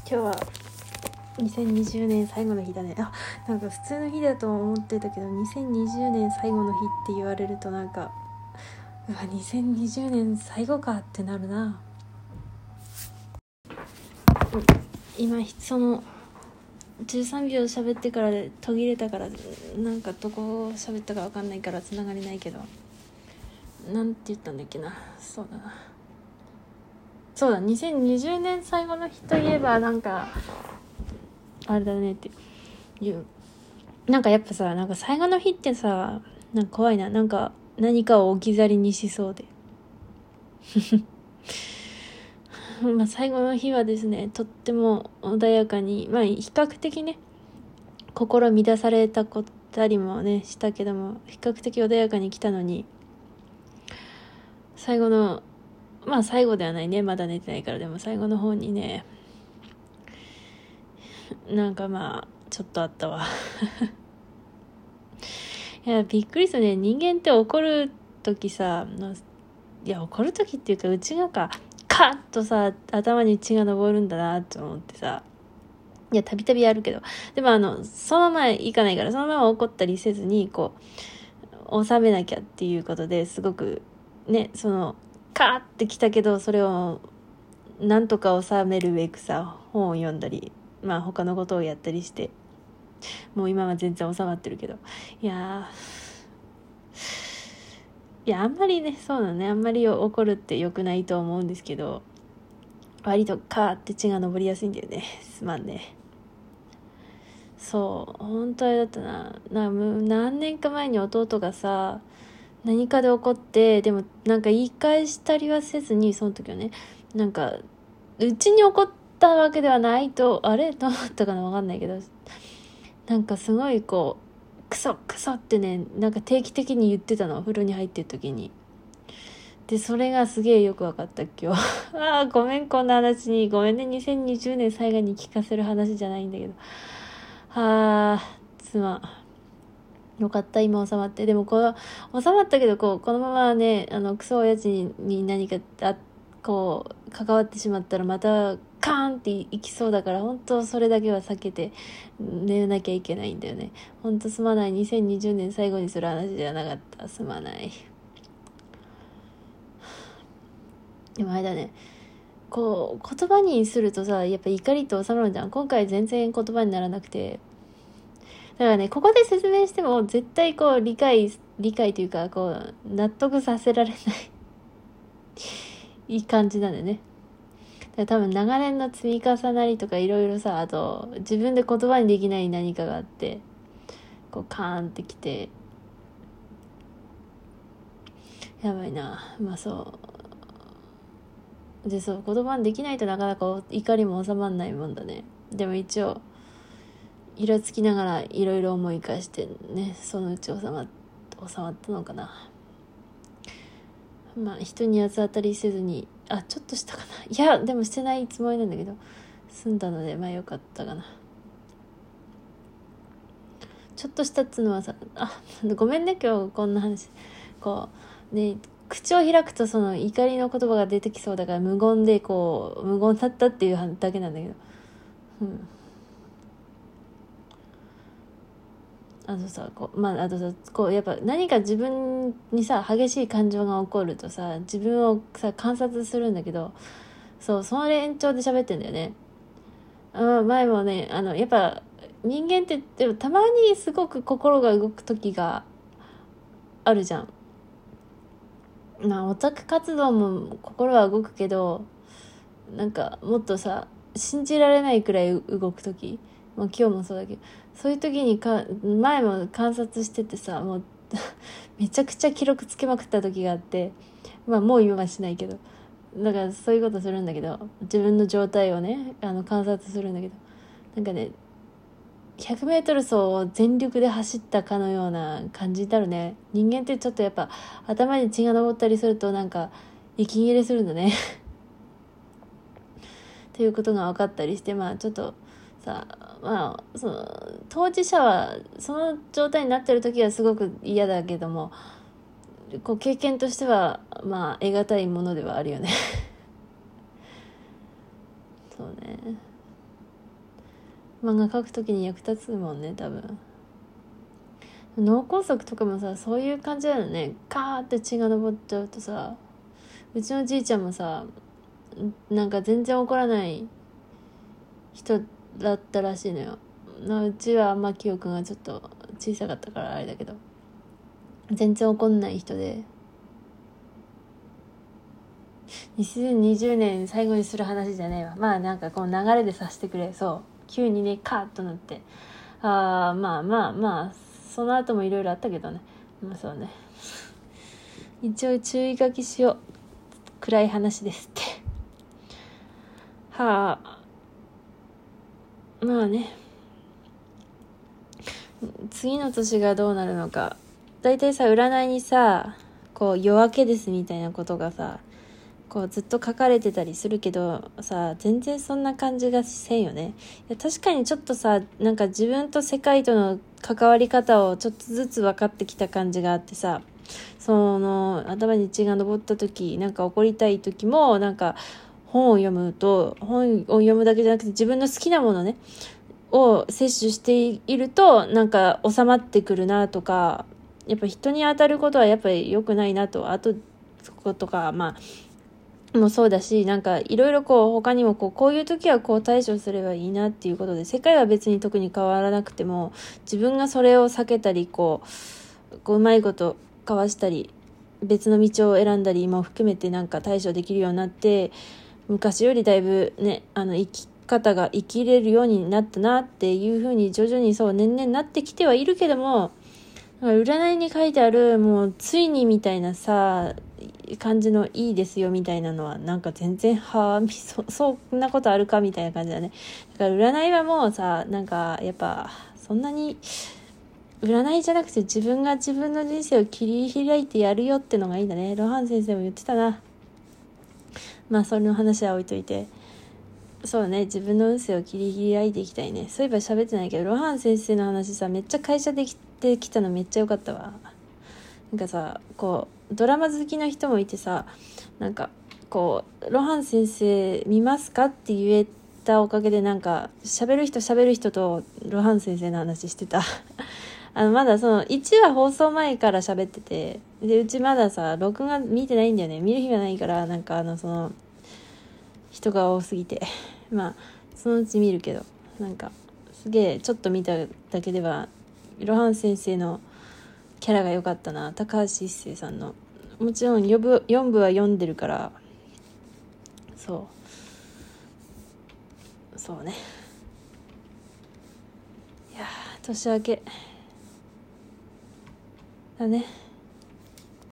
日は2020年最後の日だね。なんか普通の日だと思ってたけど、2020年最後の日って言われるとなんか、2020年最後かってなるな。今その13秒喋ってから途切れたから、なんかどこを喋ったか分かんないからつながりないけど、なんて言ったんだっけな。そうだ2020年最後の日といえばなんかあれだねっていう、なんかやっぱさ、なんか最後の日ってさ、なんか怖いな。なんか何かを置き去りにしそうで最後の日はですね、とっても穏やかに、比較的ね、心乱されたたりもねしたけども、比較的穏やかに来たのに、最後の最後ではないね、まだ寝てないから。でも最後の方にね、なんかちょっとあったわいやびっくりするね。人間って怒る時さ、怒る時っていうか、内側カッとさ頭に血が上るんだなと思ってさ、いやたびたびやるけど、でもそのままいかないから、そのまま怒ったりせずにこう収めなきゃっていうことで、すごくね、そのカーってきたけど、それをなんとか収めるべくさ、本を読んだり他のことをやったりして、もう今は全然収まってるけど、いやあんまりね、そうだね、あんまり怒るって良くないと思うんですけど、割とカーって血が上りやすいんだよね。すまんね。そう、本当あれだったな。何年か前に弟がさ、何かで怒って、でもなんか言い返したりはせずに、その時はね、なんかうちに怒ったわけではないと、あれどうだったかな、わかんないけど、なんかすごいこうクソってね、なんか定期的に言ってたの、お風呂に入ってる時に。でそれがすげえよく分かった今日ごめん、こんな話にごめんね。2020年最後に聞かせる話じゃないんだけど、妻よかった、今収まって。でも収まったけど、このままね、クソ親父に何か関わってしまったら、またカーンっていきそうだから、本当それだけは避けて寝なきゃいけないんだよね。本当すまない。2020年最後にする話じゃなかった。すまない。でもあれだね、こう言葉にするとさ、やっぱ怒りって収まるじゃん。今回全然言葉にならなくて、だからね、ここで説明しても絶対こう理解というか、こう納得させられないいい感じなんだよね。だから多分長年の積み重なりとか、いろいろさ、あと自分で言葉にできない何かがあって、こうカーンってきて、やばいな。で、そう言葉にできないとなかなか怒りも収まんないもんだね。でも一応イラつきながらいろいろ思い返してね、そのうち収まったのかな。人に八つ当たりせずに、ちょっとしたかな。いやでもしてないつもりなんだけど、済んだのでよかったかな。ちょっとしたっつのはさ、ごめんね今日こんな話。こうね、口を開くとその怒りの言葉が出てきそうだから、無言だったっていうだけなんだけど、あとさ、やっぱ何か自分にさ、激しい感情が起こるとさ、自分をさ観察するんだけど、その延長で喋ってんだよね。前もね、やっぱ人間ってでもたまにすごく心が動く時があるじゃん。オタク活動も心は動くけど、なんかもっとさ、信じられないくらい動く時、今日もそうだけど、そういう時に前も観察しててさ、もうめちゃくちゃ記録つけまくった時があって、もう今はしないけど、だからそういうことするんだけど、自分の状態をね、観察するんだけど、なんかね、100m 走を全力で走ったかのような感じになるね。人間ってちょっとやっぱ頭に血が上ったりすると、なんか息切れするんだねっていうことが分かったりして、ちょっとさ、その当事者はその状態になってる時はすごく嫌だけども、こう経験としては得難いものではあるよねそうね。 漫画描くときに役立つもんね多分。脳梗塞とかもさそういう感じだよね。カーって血が上っちゃうとさ、うちのじいちゃんもさなんか全然怒らない人だったらしいのよ。うちはあんま記憶がちょっと小さかったからあれだけど、全然怒んない人で、2020年最後にする話じゃねえわ。まあなんかこの流れでさせてくれ。そう急にねカーッとなって、まあその後もいろいろあったけどね。まあそうね、一応注意書きしよう。暗い話ですって。まあね、次の年がどうなるのか。だいたいさ占いにさこう夜明けですみたいなことがさこうずっと書かれてたりするけどさ、全然そんな感じがせんよね。いや確かにちょっとさなんか自分と世界との関わり方をちょっとずつ分かってきた感じがあってさ、その頭に血が上った時、なんか怒りたい時もなんか本を読むと、本を読むだけじゃなくて自分の好きなものねを摂取しているとなんか収まってくるなとか、やっぱ人に当たることはやっぱり良くないなと、あとそことかまあもそうだし、なんかいろいろこう他にもこういう時はこう対処すればいいなっていうことで、世界は別に特に変わらなくても自分がそれを避けたりこううまいことかわしたり別の道を選んだりも含めてなんか対処できるようになって、昔よりだいぶね生き方が生きれるようになったなっていう風に徐々にそう年々なってきてはいるけども、占いに書いてあるもうついにみたいなさ感じのいいですよみたいなのはなんか全然そんなことあるかみたいな感じだね。だから占いはもうさなんかやっぱそんなに占いじゃなくて自分が自分の人生を切り開いてやるよってのがいいんだね。ロハン先生も言ってたな。まあそれの話は置いといて、そうね、自分の運勢を切り開いていきたいね。そういえば喋ってないけどロハン先生の話さめっちゃ会社できてきたのめっちゃ良かったわ。なんかさこうドラマ好きな人もいてさ、なんかこうロハン先生見ますかって言えたおかげでなんか喋る人とロハン先生の話してたまだその1話放送前から喋ってて、でうちまださ録画見てないんだよね。見る日がないから、なんかその人が多すぎてまあそのうち見るけど、なんかすげえちょっと見ただけではロハン先生のキャラが良かったな。高橋一生さんの、もちろん4部は読んでるから、そうね。いや年明けだね。